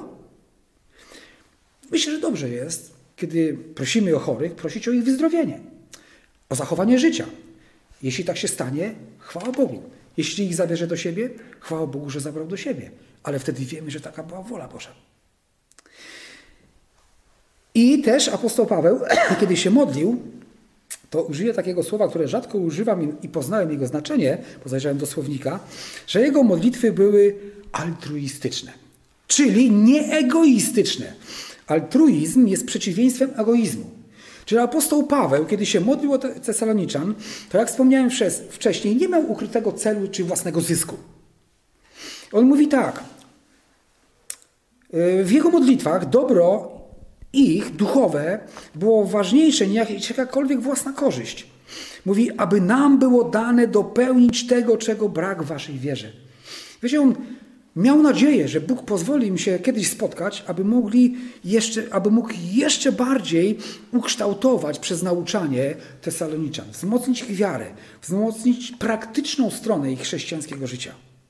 Myślę, że dobrze jest, kiedy prosimy o chorych, prosić o ich wyzdrowienie. o zachowanie życia. Jeśli tak się stanie, chwała Bogu. Jeśli ich zabierze do siebie, chwała Bogu, że zabrał do siebie. Ale wtedy wiemy, że taka była wola Boża. I też apostoł Paweł, kiedy się modlił, to użyję takiego słowa, które rzadko używam i poznałem jego znaczenie, bo zajrzałem do słownika, że jego modlitwy były altruistyczne, czyli nieegoistyczne. Altruizm jest przeciwieństwem egoizmu. Czyli apostoł Paweł, kiedy się modlił o Tesaloniczan, to jak wspomniałem wcześniej, nie miał ukrytego celu czy własnego zysku. On mówi tak, w jego modlitwach dobro ich duchowe było ważniejsze niż jakakolwiek własna korzyść. Mówi, aby nam było dane dopełnić tego, czego brak w waszej wierze. Wiecie, on miał nadzieję, że Bóg pozwoli im się kiedyś spotkać, aby mogli jeszcze, aby mógł jeszcze bardziej ukształtować przez nauczanie Tesaloniczan, wzmocnić ich wiarę, wzmocnić praktyczną stronę ich chrześcijańskiego życia.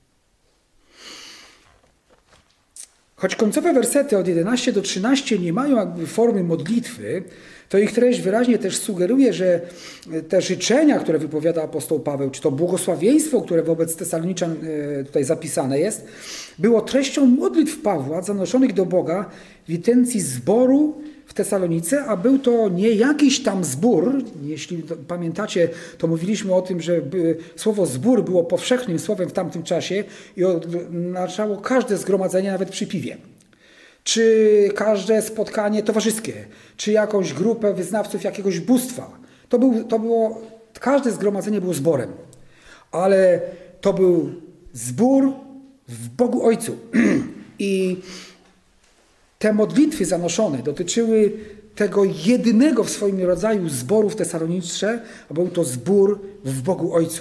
Choć końcowe wersety od jedenastego do trzynastego nie mają jakby formy modlitwy, to ich treść wyraźnie też sugeruje, że te życzenia, które wypowiada apostoł Paweł, czy to błogosławieństwo, które wobec Tesaloniczan tutaj zapisane jest, było treścią modlitw Pawła zanoszonych do Boga w intencji zboru w Tesalonice, a był to nie jakiś tam zbór. Jeśli pamiętacie, to mówiliśmy o tym, że słowo zbór było powszechnym słowem w tamtym czasie i oznaczało każde zgromadzenie, nawet przy piwie. Czy każde spotkanie towarzyskie, czy jakąś grupę wyznawców jakiegoś bóstwa. To, był, to było, każde zgromadzenie było zborem, ale to był zbór w Bogu Ojcu. I te modlitwy zanoszone dotyczyły tego jedynego w swoim rodzaju zboru w Tesalonice, a był to zbór w Bogu Ojcu.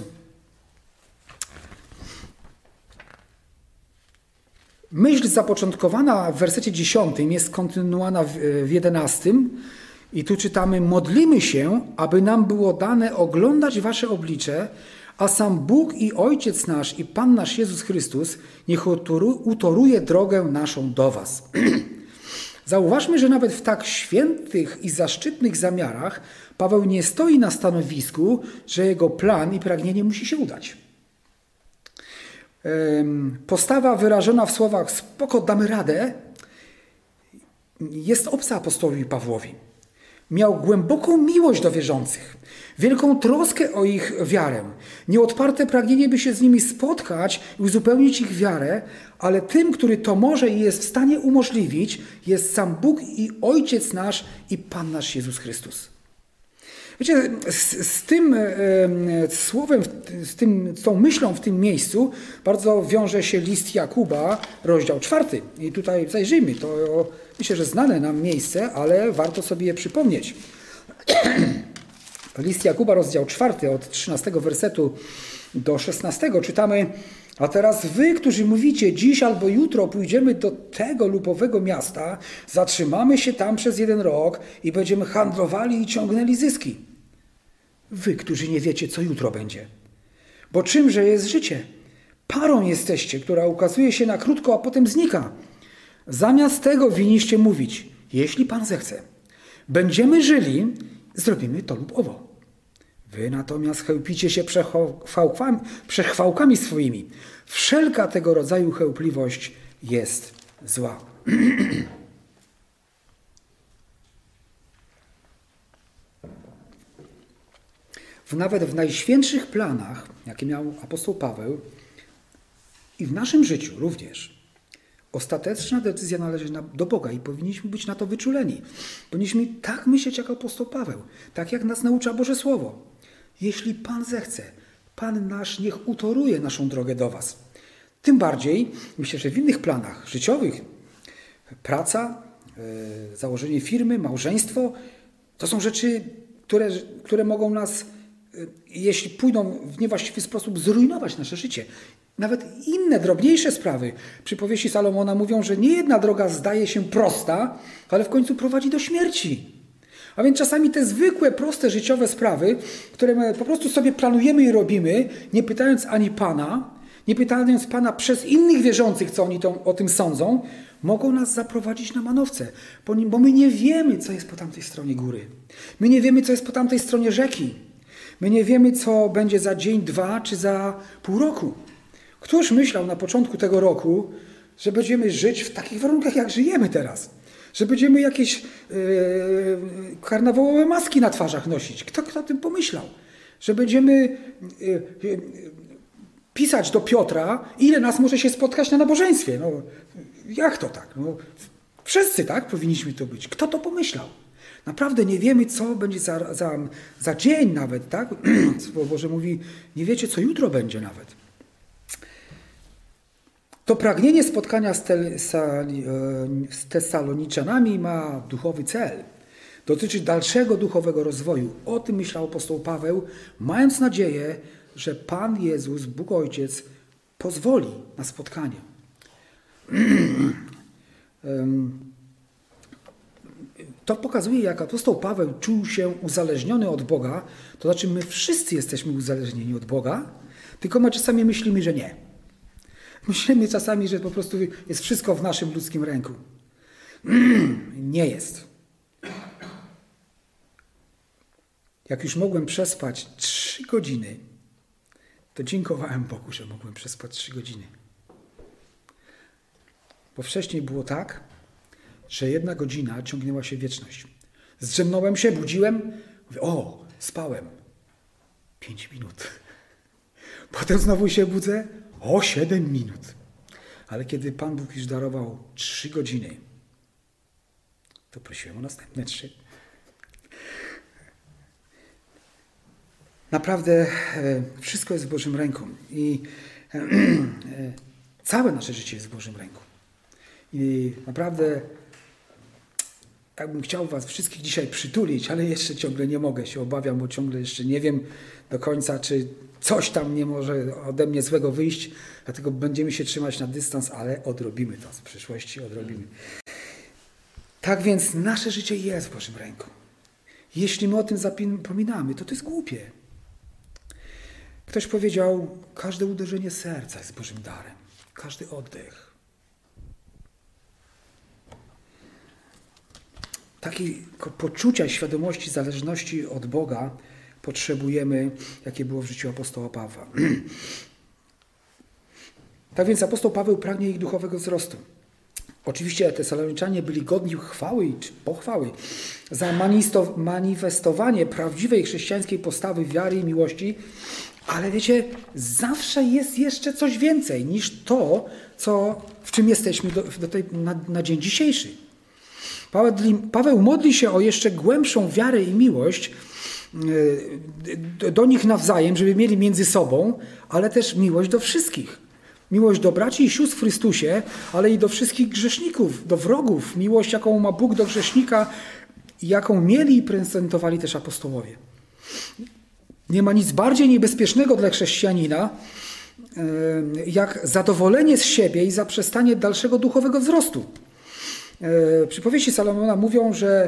Myśl zapoczątkowana w wersecie dziesiątym jest kontynuowana w jedenastym i tu czytamy: modlimy się, aby nam było dane oglądać wasze oblicze, a sam Bóg i Ojciec nasz i Pan nasz Jezus Chrystus niech utoruje drogę naszą do was. Zauważmy, że nawet w tak świętych i zaszczytnych zamiarach Paweł nie stoi na stanowisku, że jego plan i pragnienie musi się udać. Postawa wyrażona w słowach spoko, damy radę, jest obca apostołowi Pawłowi. Miał głęboką miłość do wierzących, wielką troskę o ich wiarę, nieodparte pragnienie, by się z nimi spotkać i uzupełnić ich wiarę, ale tym, który to może i jest w stanie umożliwić, jest sam Bóg i Ojciec nasz i Pan nasz Jezus Chrystus. Wiecie, z, z tym e, słowem, z, tym, z tą myślą w tym miejscu bardzo wiąże się list Jakuba, rozdział czwarty. I tutaj zajrzyjmy, to myślę, że znane nam miejsce, ale warto sobie je przypomnieć. List Jakuba, rozdział czwarty, od trzynastego wersetu do szesnastego czytamy: a teraz wy, którzy mówicie, dziś albo jutro pójdziemy do tego lub owego miasta, zatrzymamy się tam przez jeden rok i będziemy handlowali i ciągnęli zyski. Wy, którzy nie wiecie, co jutro będzie. Bo czymże jest życie? Parą jesteście, która ukazuje się na krótko, a potem znika. Zamiast tego winniście mówić: jeśli Pan zechce, będziemy żyli, zrobimy to lub owo. Wy natomiast chełpicie się przechwałkami, przechwałkami swoimi. Wszelka tego rodzaju chełpliwość jest zła. W nawet w najświętszych planach, jakie miał apostoł Paweł, i w naszym życiu również, ostateczna decyzja należy do Boga i powinniśmy być na to wyczuleni. Powinniśmy tak myśleć jak apostoł Paweł, tak jak nas naucza Boże Słowo. Jeśli Pan zechce, Pan nasz niech utoruje naszą drogę do was. Tym bardziej, myślę, że w innych planach życiowych, praca, yy, założenie firmy, małżeństwo, to są rzeczy, które, które mogą nas, yy, jeśli pójdą w niewłaściwy sposób, zrujnować nasze życie. Nawet inne, drobniejsze sprawy. Przypowieści Salomona mówią, że nie jedna droga zdaje się prosta, ale w końcu prowadzi do śmierci. A więc czasami te zwykłe, proste, życiowe sprawy, które my po prostu sobie planujemy i robimy, nie pytając ani Pana, nie pytając Pana przez innych wierzących, co oni to, o tym sądzą, mogą nas zaprowadzić na manowce, bo my nie wiemy, co jest po tamtej stronie góry. My nie wiemy, co jest po tamtej stronie rzeki. My nie wiemy, co będzie za dzień, dwa czy za pół roku. Któż myślał na początku tego roku, że będziemy żyć w takich warunkach, jak żyjemy teraz? Że będziemy jakieś yy, karnawałowe maski na twarzach nosić? Kto, kto o tym pomyślał? Że będziemy yy, yy, pisać do Piotra, ile nas może się spotkać na nabożeństwie. No, jak to tak? No, wszyscy tak powinniśmy to być. Kto to pomyślał? Naprawdę nie wiemy, co będzie za, za, za dzień nawet, tak? Słowo Boże mówi, nie wiecie, co jutro będzie nawet. To pragnienie spotkania z, te, z Tesaloniczanami ma duchowy cel. Dotyczy dalszego duchowego rozwoju. O tym myślał apostoł Paweł, mając nadzieję, że Pan Jezus, Bóg Ojciec, pozwoli na spotkanie. To pokazuje, jak apostoł Paweł czuł się uzależniony od Boga, to znaczy my wszyscy jesteśmy uzależnieni od Boga, tylko my czasami myślimy, że nie. Myślimy czasami, że po prostu jest wszystko w naszym ludzkim ręku. Nie jest. Jak już mogłem przespać trzy godziny, to dziękowałem Bogu, że mogłem przespać trzy godziny. Bo wcześniej było tak, że jedna godzina ciągnęła się wieczność. Zdrzemnąłem się, budziłem, mówię, o, spałem. Pięć minut. Potem znowu się budzę, o, siedem minut. Ale kiedy Pan Bóg już darował trzy godziny, to prosiłem o następne trzy. Naprawdę wszystko jest w Bożym ręku i całe nasze życie jest w Bożym ręku. I naprawdę tak bym chciał was wszystkich dzisiaj przytulić, ale jeszcze ciągle nie mogę, się obawiam, bo ciągle jeszcze nie wiem do końca, czy coś tam nie może ode mnie złego wyjść, dlatego będziemy się trzymać na dystans, ale odrobimy to z przyszłości, odrobimy. Tak więc nasze życie jest w Bożym ręku. Jeśli my o tym zapominamy, to to jest głupie. Ktoś powiedział, każde uderzenie serca jest Bożym darem. Każdy oddech. Takiego poczucia świadomości zależności od Boga potrzebujemy, jakie było w życiu apostoła Pawła. Tak więc apostoł Paweł pragnie ich duchowego wzrostu. Oczywiście Tesaloniczanie byli godni chwały czy pochwały za manifestowanie prawdziwej chrześcijańskiej postawy wiary i miłości, ale wiecie, zawsze jest jeszcze coś więcej niż to, co, w czym jesteśmy do, do tej, na, na dzień dzisiejszy. Paweł, Paweł modli się o jeszcze głębszą wiarę i miłość do, do nich nawzajem, żeby mieli między sobą, ale też miłość do wszystkich. Miłość do braci i sióstr w Chrystusie, ale i do wszystkich grzeszników, do wrogów. Miłość, jaką ma Bóg do grzesznika, jaką mieli i prezentowali też apostołowie. Nie ma nic bardziej niebezpiecznego dla chrześcijanina, jak zadowolenie z siebie i zaprzestanie dalszego duchowego wzrostu. Przypowieści Salomona mówią, że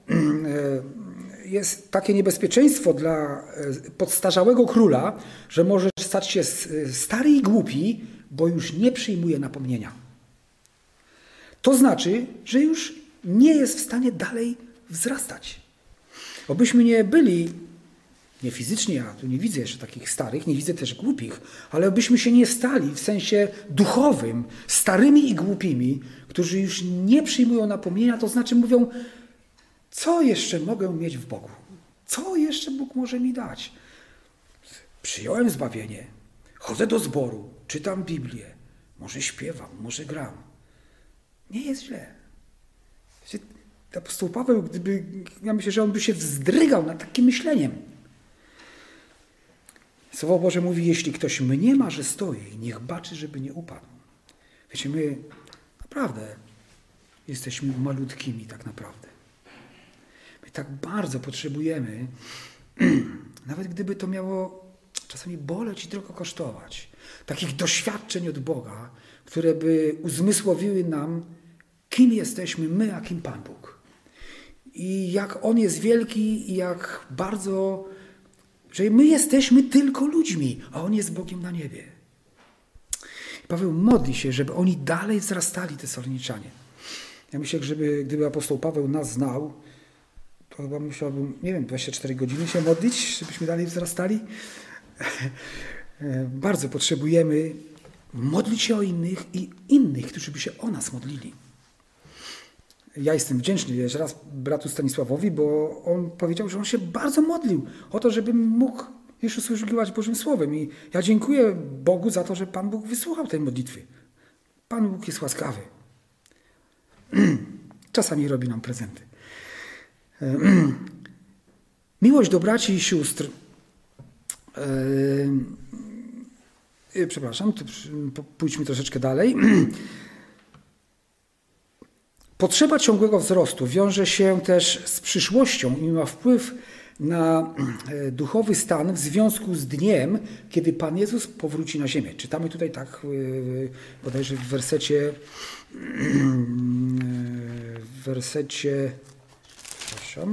jest takie niebezpieczeństwo dla podstarzałego króla, że może stać się stary i głupi, bo już nie przyjmuje napomnienia. To znaczy, że już nie jest w stanie dalej wzrastać. Obyśmy nie byli, nie fizycznie, ja tu nie widzę jeszcze takich starych, nie widzę też głupich, ale obyśmy się nie stali w sensie duchowym starymi i głupimi, którzy już nie przyjmują napomnienia, to znaczy mówią, co jeszcze mogę mieć w Bogu? Co jeszcze Bóg może mi dać? Przyjąłem zbawienie, chodzę do zboru, czytam Biblię, może śpiewam, może gram. Nie jest źle. Apostoł Paweł, gdyby, ja myślę, że on by się wzdrygał nad takim myśleniem. Słowo Boże mówi, jeśli ktoś mniema, że stoi, niech baczy, żeby nie upadł. Wiecie, my naprawdę jesteśmy malutkimi tak naprawdę. My tak bardzo potrzebujemy, nawet gdyby to miało czasami boleć i drogo kosztować, takich doświadczeń od Boga, które by uzmysłowiły nam, kim jesteśmy my, a kim Pan Bóg. I jak On jest wielki i jak bardzo, że my jesteśmy tylko ludźmi, a On jest Bogiem na niebie. I Paweł modli się, żeby oni dalej wzrastali, Tesaloniczanie. Ja myślę, że gdyby apostoł Paweł nas znał, to to chyba musiałbym, nie wiem, dwadzieścia cztery godziny się modlić, żebyśmy dalej wzrastali. Bardzo potrzebujemy modlić się o innych i innych, którzy by się o nas modlili. Ja jestem wdzięczny jeszcze raz bratu Stanisławowi, bo on powiedział, że on się bardzo modlił o to, żebym mógł już usługiwać Bożym Słowem. I ja dziękuję Bogu za to, że Pan Bóg wysłuchał tej modlitwy. Pan Bóg jest łaskawy. Czasami robi nam prezenty. Miłość do braci i sióstr. Przepraszam, pójdźmy troszeczkę dalej. Potrzeba ciągłego wzrostu wiąże się też z przyszłością i ma wpływ na duchowy stan w związku z dniem, kiedy Pan Jezus powróci na ziemię. Czytamy tutaj tak bodajże w wersecie w wersecie przepraszam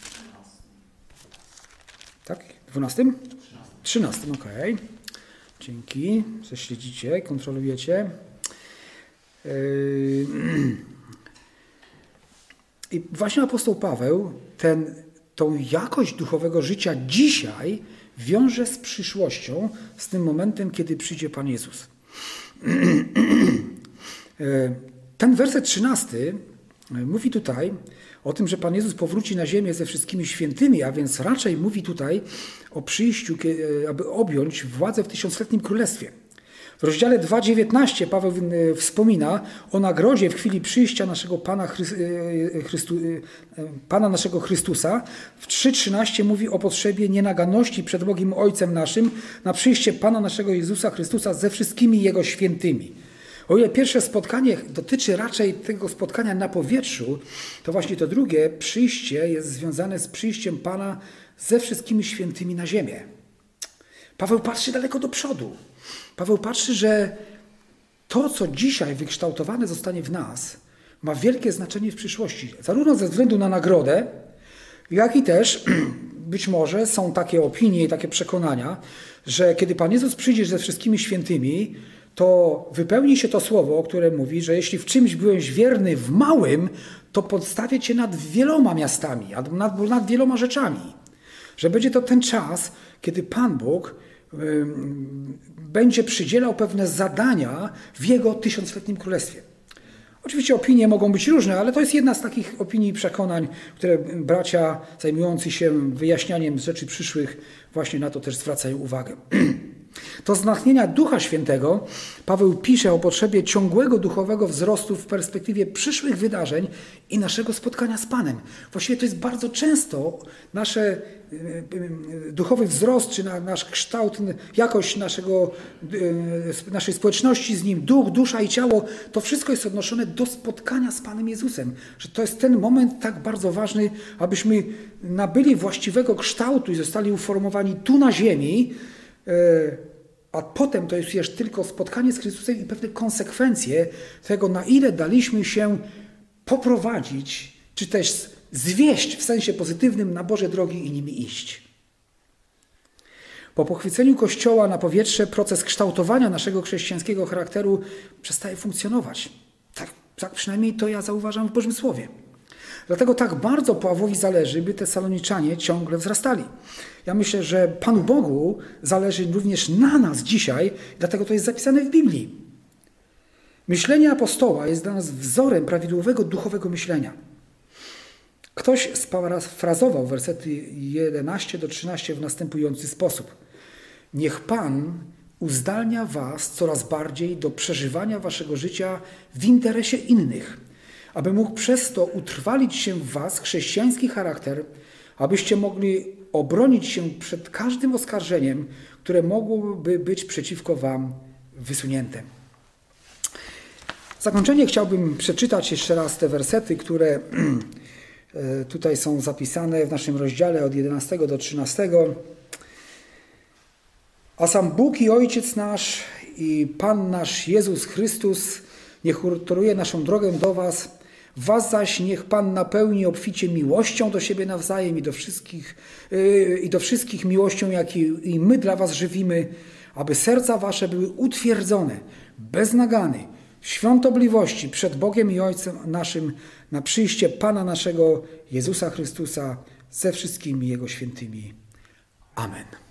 tak? dwunastym? trzynastym, okej. Okay. Dzięki, że śledzicie, kontrolujecie. I właśnie apostoł Paweł ten, tą jakość duchowego życia dzisiaj wiąże z przyszłością, z tym momentem, kiedy przyjdzie Pan Jezus. Ten werset trzynasty mówi tutaj o tym, że Pan Jezus powróci na ziemię ze wszystkimi świętymi, a więc raczej mówi tutaj o przyjściu, aby objąć władzę w tysiącletnim królestwie. W rozdziale dwa dziewiętnaście Paweł wspomina o nagrodzie w chwili przyjścia naszego Pana, Chrystu, Pana naszego Chrystusa. W trzy trzynaście mówi o potrzebie nienaganności przed Bogiem Ojcem naszym na przyjście Pana naszego Jezusa Chrystusa ze wszystkimi Jego świętymi. O ile pierwsze spotkanie dotyczy raczej tego spotkania na powietrzu, to właśnie to drugie przyjście jest związane z przyjściem Pana ze wszystkimi świętymi na ziemię. Paweł patrzy daleko do przodu. Paweł patrzy, że to, co dzisiaj wykształtowane zostanie w nas, ma wielkie znaczenie w przyszłości. Zarówno ze względu na nagrodę, jak i też być może są takie opinie i takie przekonania, że kiedy Pan Jezus przyjdzie ze wszystkimi świętymi, to wypełni się to słowo, które mówi, że jeśli w czymś byłeś wierny w małym, to podstawię cię nad wieloma miastami, nad, nad wieloma rzeczami. Że będzie to ten czas, kiedy Pan Bóg y, będzie przydzielał pewne zadania w Jego tysiącletnim królestwie. Oczywiście opinie mogą być różne, ale to jest jedna z takich opinii i przekonań, które bracia zajmujący się wyjaśnianiem rzeczy przyszłych właśnie na to też zwracają uwagę. To z natchnienia Ducha Świętego Paweł pisze o potrzebie ciągłego duchowego wzrostu w perspektywie przyszłych wydarzeń i naszego spotkania z Panem. Właściwie to jest bardzo często nasze duchowy wzrost, czy nasz kształt, jakość naszego, naszej społeczności z Nim, duch, dusza i ciało, to wszystko jest odnoszone do spotkania z Panem Jezusem. Że to jest ten moment tak bardzo ważny, abyśmy nabyli właściwego kształtu i zostali uformowani tu na ziemi, a potem to jest już tylko spotkanie z Chrystusem i pewne konsekwencje tego, na ile daliśmy się poprowadzić, czy też zwieść w sensie pozytywnym na Boże drogi i nimi iść. Po pochwyceniu Kościoła na powietrze proces kształtowania naszego chrześcijańskiego charakteru przestaje funkcjonować. Tak, tak przynajmniej to ja zauważam w Bożym Słowie. Dlatego tak bardzo Pawłowi zależy, by Tesaloniczanie ciągle wzrastali. Ja myślę, że Panu Bogu zależy również na nas dzisiaj, dlatego to jest zapisane w Biblii. Myślenie apostoła jest dla nas wzorem prawidłowego duchowego myślenia. Ktoś sparafrazował wersety jedenaście do trzynastu w następujący sposób. Niech Pan uzdalnia was coraz bardziej do przeżywania waszego życia w interesie innych, aby mógł przez to utrwalić się w was chrześcijański charakter, abyście mogli obronić się przed każdym oskarżeniem, które mogłoby być przeciwko wam wysunięte. W zakończenie chciałbym przeczytać jeszcze raz te wersety, które tutaj są zapisane w naszym rozdziale od jedenastego do trzynastego. A sam Bóg i Ojciec nasz i Pan nasz Jezus Chrystus niech utoruje naszą drogę do was, was zaś niech Pan napełni obficie miłością do siebie nawzajem i do wszystkich, yy, i do wszystkich miłością, jak i, i my dla was żywimy, aby serca wasze były utwierdzone, bez nagany, w świątobliwości przed Bogiem i Ojcem naszym na przyjście Pana naszego Jezusa Chrystusa ze wszystkimi Jego świętymi. Amen.